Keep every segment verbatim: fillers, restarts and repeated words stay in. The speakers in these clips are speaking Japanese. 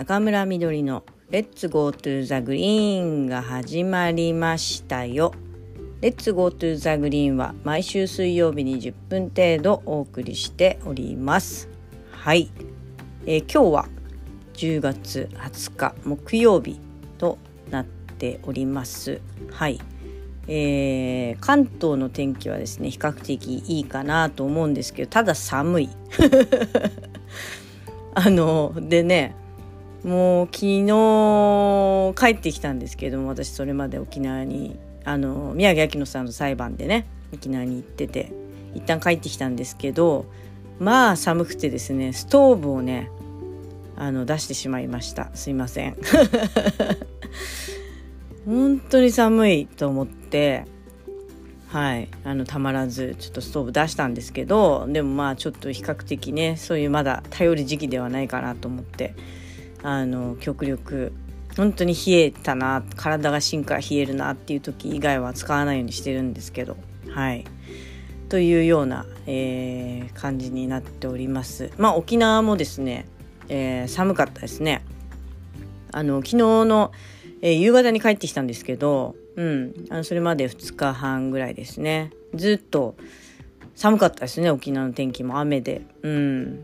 中村みどりのレッツゴートゥーザグリーンが始まりましたよ。レッツゴートゥーザグリーンは毎週水曜日にじゅっぷん程度お送りしております。はい、えー、今日はじゅうがつはつか木曜日となっております。はい、えー、関東の天気はですね比較的いいかなと思うんですけど、ただ寒いあのでねもう昨日帰ってきたんですけども、私それまで沖縄にあの宮城秋乃さんの裁判でね沖縄に行ってて一旦帰ってきたんですけど、まあ寒くてですねストーブをねあの出してしまいました。すいません本当に寒いと思ってはいあのたまらずちょっとストーブ出したんですけど、でもまあちょっと比較的ねそういうまだ頼る時期ではないかなと思ってあの極力本当に冷えたな、体が芯から冷えるなっていう時以外は使わないようにしてるんですけど、はいというような、えー、感じになっております。まあ沖縄もですね、えー、寒かったですね。あの昨日の、えー、夕方に帰ってきたんですけど、うん、あのそれまでふつかはんぐらいですねずっと寒かったですね。沖縄の天気も雨で、うん、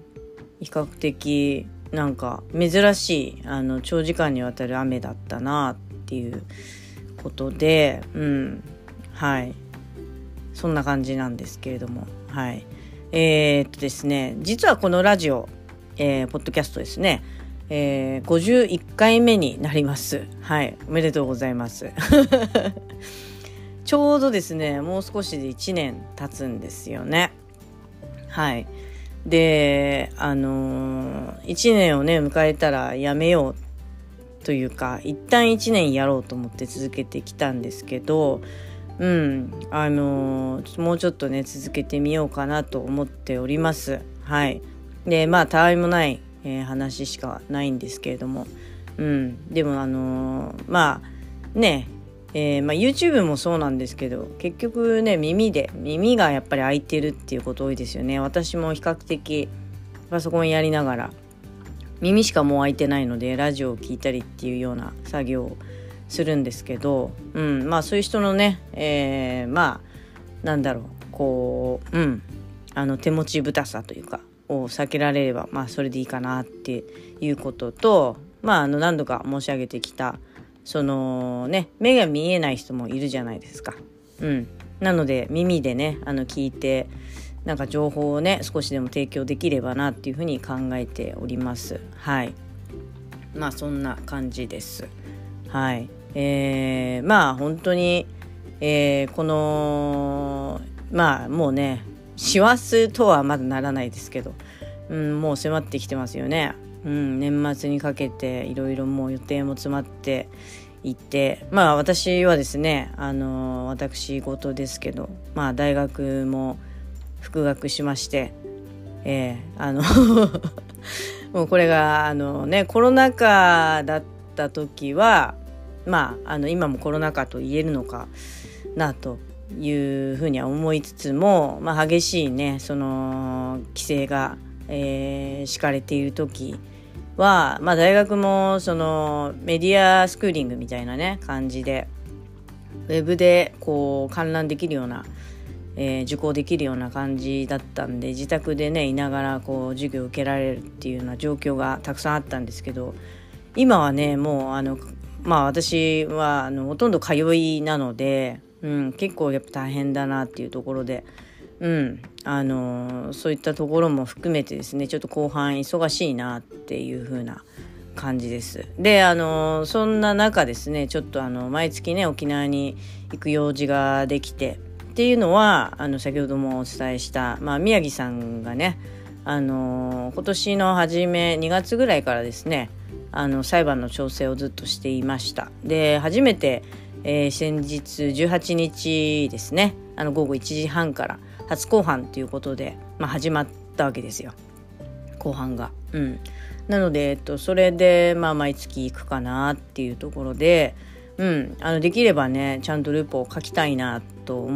比較的なんか珍しいあの長時間にわたる雨だったなっていうことで、うん、はいそんな感じなんですけれども、はいえー、っとですね実はこのラジオ、えー、ポッドキャストですね、えー、ごじゅういっかいめになります。はいおめでとうございますちょうどですねもう少しでいちねん経つんですよね。はいであのー、いちねんをね迎えたらやめようというか一旦いちねんやろうと思って続けてきたんですけど、うんあのー、もうちょっとね続けてみようかなと思っております。はいでまあたわいもない、えー、話しかないんですけれども、うんでもあのー、まあねえーまあ、YouTube もそうなんですけど結局ね耳で耳がやっぱり開いてるっていうこと多いですよね。私も比較的パソコンやりながら耳しかもう開いてないのでラジオを聞いたりっていうような作業をするんですけど、うん、まあそういう人のね、えー、まあなんだろうこう、うん、あの手持ちぶたさというかを避けられればまあそれでいいかなっていうことと、まああの何度か申し上げてきたそのね目が見えない人もいるじゃないですか。うん、なので耳でねあの聞いてなんか情報をね少しでも提供できればなっていうふうに考えております。はいまあそんな感じです。はいえー、まあ本当に、えー、このまあもうね師走とはまだならないですけど、うん、もう迫ってきてますよね。うん、年末にかけていろいろもう予定も詰まっていて、まあ私はですねあの私事ですけど、まあ大学も復学しまして、えー、あのもうこれがあのねコロナ禍だった時はまああの今もコロナ禍と言えるのかなというふうには思いつつも、まあ激しいねその規制が、えー、敷かれている時は、まあ、大学もそのメディアスクーリングみたいなね感じでウェブでこう観覧できるような、えー、受講できるような感じだったんで自宅でねいながらこう授業を受けられるっていうような状況がたくさんあったんですけど、今はねもうあのまあ私はあのほとんど通いなので、うん、結構やっぱ大変だなっていうところでうん、あのそういったところも含めてですねちょっと後半忙しいなっていう風な感じです。であのそんな中ですねちょっとあの毎月ね沖縄に行く用事ができてっていうのはあの先ほどもお伝えした、まあ、宮城さんがねあの今年の初めにがつぐらいからですねあの裁判の調整をずっとしていました。で初めて、えー、先日じゅうはちにちですねあのごごいちじはんから初公判ということで、まあ、始まったわけですよ公判が、うん、なので、えっと、それで、まあ、毎月行くかなっていうところで、うん、あのできればねちゃんとルポを書きたいなと思っ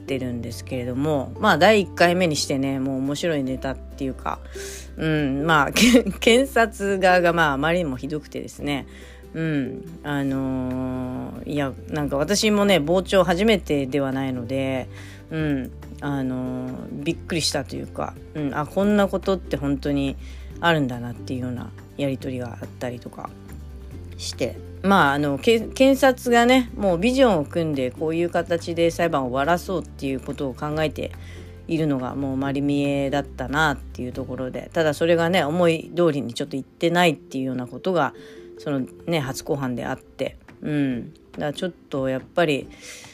ってるんですけれども、まあだいいっかいめにしてね、もう面白いネタっていうか、うんまあ検察側がまああまりにもひどくてですね、うんあのー、いやなんか私もね傍聴初めてではないので、うんあのー、びっくりしたというか、うん、あこんなことって本当にあるんだなっていうようなやり取りがあったりとかして、まああの検察がねもうビジョンを組んでこういう形で裁判を終わらそうっていうことを考えているのがもうまり見えだったなっていうところで、ただそれがね思い通りにちょっといってないっていうようなことがそのね初公判であって、うんだからちょっとやっぱり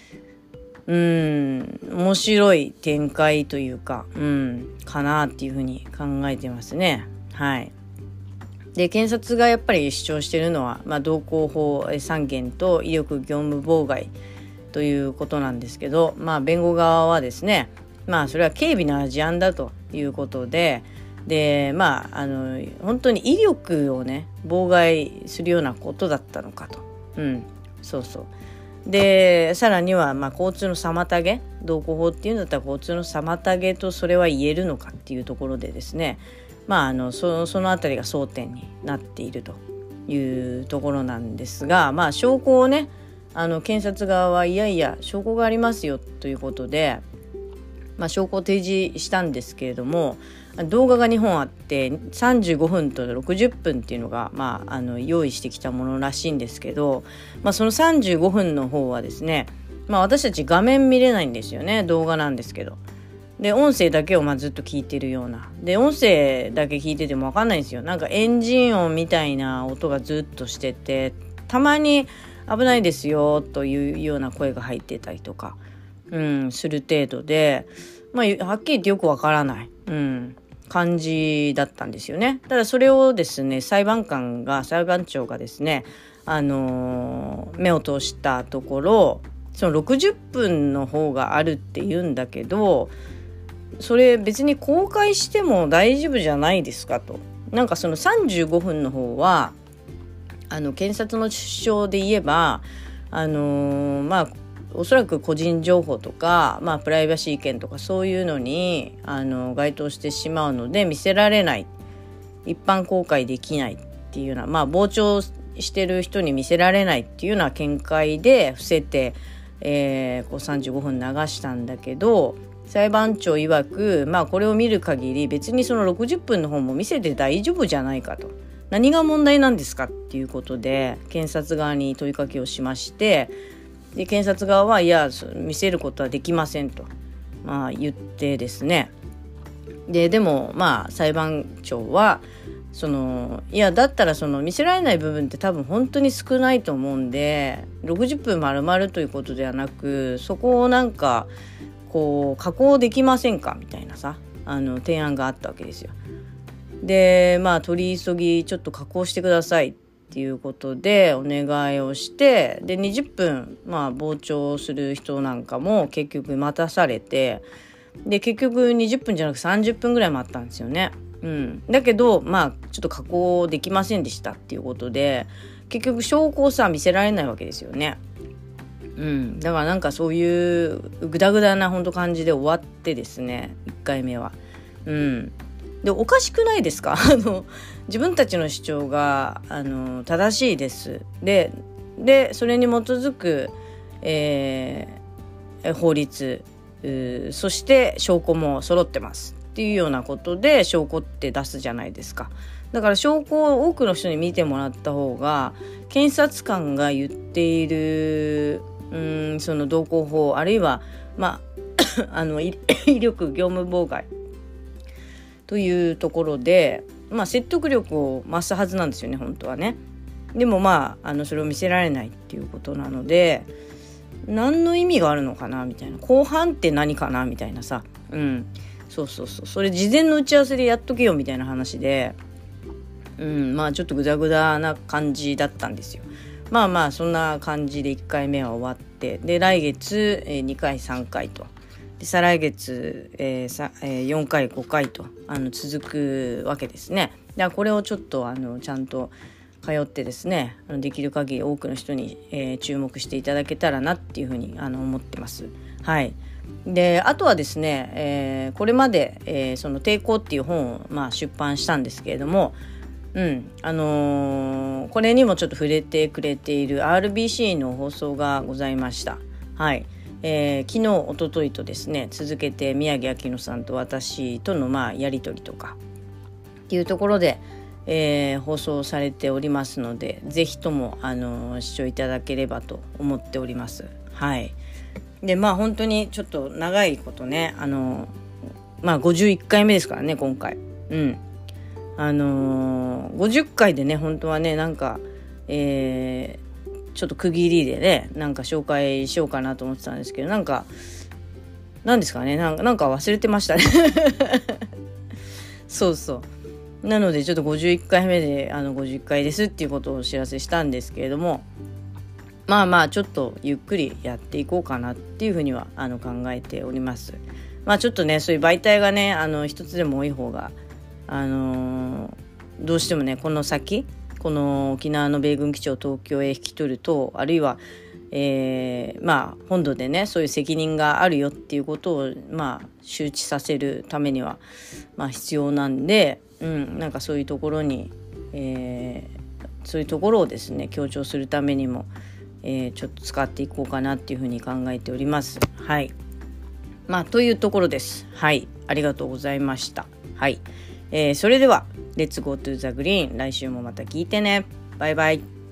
うん面白い展開というか、うんかなっていうふうに考えてますね。はい。で検察がやっぱり主張しているのは、まあ、道交法さん件と威力業務妨害ということなんですけど、まあ、弁護側はですね、まあ、それは軽微な事案だということで、でまああの本当に威力をね妨害するようなことだったのかと、うんそうそうでさらには、まあ、交通の妨げ、道交法っていうんだったら交通の妨げとそれは言えるのかっていうところでですね、まあ、あの そ, そのあたりが争点になっているというところなんですが、まあ、証拠をねあの検察側はいやいや証拠がありますよということで、まあ、証拠を提示したんですけれども、動画がにほんあってさんじゅうごふんとろくじゅっぷんっていうのが、まあ、あの用意してきたものらしいんですけど、まあ、そのさんじゅうごふんの方はですね、まあ、私たち画面見れないんですよね、動画なんですけど。で音声だけをまあずっと聞いてるようなで、音声だけ聞いてても分かんないんですよ。なんかエンジン音みたいな音がずっとしてて、たまに危ないですよというような声が入ってたりとか、うん、する程度で、まあ、はっきり言ってよく分からない、うん、感じだったんですよね。ただそれをですね裁判官が裁判長がですね、あのー、目を通したところ、そのろくじゅっぷんの方があるって言うんだけど、それ別に公開しても大丈夫じゃないですかと。なんかそのさんじゅうごふんの方はあの検察の主張で言えば、あのー、まあおそらく個人情報とか、まあ、プライバシー権とかそういうのにあの該当してしまうので見せられない、一般公開できないっていうような、まあ、傍聴してる人に見せられないっていうような見解で伏せて、えー、こうさんじゅうごふん流したんだけど、裁判長曰く、まあ、これを見る限り別にそのろくじゅっぷんの方も見せて大丈夫じゃないかと、何が問題なんですかっていうことで検察側に問いかけをしまして、で検察側はいや見せることはできませんと、まあ、言ってですね、ででもまあ裁判長はそのいやだったらその見せられない部分って多分本当に少ないと思うんで、ろくじゅっぷん丸々ということではなく、そこをなんかこう加工できませんかみたいなさ、あの提案があったわけですよ。でまあ取り急ぎちょっと加工してくださいっていうことでお願いをして、でにじゅっぷんまあ傍聴する人なんかも結局待たされて、で結局にじゅっぷんじゃなくさんじゅっぷんぐらい待ったんですよね。うん、だけどまあちょっと加工できませんでしたっていうことで結局証拠をさ見せられないわけですよね。うん、だからなんかそういうグダグダな本当感じで終わってですね、いっかいめは。うん、でおかしくないですかあの自分たちの主張があの正しいですででそれに基づく、えー、法律そして証拠も揃ってますっていうようなことで証拠って出すじゃないですか。だから証拠を多くの人に見てもらった方が検察官が言っているうんその道交法あるいは、まあ、あの威力業務妨害というところで、まあ、説得力を増すはずなんですよね本当はね。でもまあ、あのそれを見せられないっていうことなので何の意味があるのかなみたいな、公判って何かなみたいなさ、うんそうそうそう、それ事前の打ち合わせでやっとけよみたいな話で、うんまあちょっとグダグダな感じだったんですよ。まあまあそんな感じでいっかいめは終わって、で来月、えー、にかいさんかいと、で再来月、えーさえー、よんかいごかいとあの続くわけですね。だからこれをちょっとあのちゃんと通ってですね、できる限り多くの人に、えー、注目していただけたらなっていうふうにあの思ってます。 はい。であとはですね、えー、これまで、えー、その抵抗っていう本を、まあ、出版したんですけれども、うんあのー、これにもちょっと触れてくれている アールビーシー の放送がございました。はい。えー、昨日一昨日とですね続けて宮城明乃さんと私とのまあやり取りとかっていうところで、えー、放送されておりますので、ぜひとも、あのー、視聴いただければと思っております。はい。でまあ本当にちょっと長いことね、あのー、まあごじゅういっかいめですからね今回。うんあのー、ごじゅっかいでね本当はねなんか、えー、ちょっと区切りでねなんか紹介しようかなと思ってたんですけど、なんかなんですかねなんかなんか忘れてましたねそうそうなのでちょっとごじゅういっかいめであのごじゅっかいですっていうことをお知らせしたんですけれども、まあまあちょっとゆっくりやっていこうかなっていうふうにはあの考えております。まあちょっとねそういう媒体がねあの一つでも多い方があのー、どうしてもねこの先この沖縄の米軍基地を東京へ引き取ると、あるいは、えー、まあ本土でねそういう責任があるよっていうことをまあ周知させるためにはまあ必要なんで、うん、なんかそういうところに、えー、そういうところをですね強調するためにも、えー、ちょっと使っていこうかなっていうふうに考えております。はい。まあというところです。はい、ありがとうございました。はい。えー、それではレッツゴートゥーザグリーン、来週もまた聞いてね。バイバイ。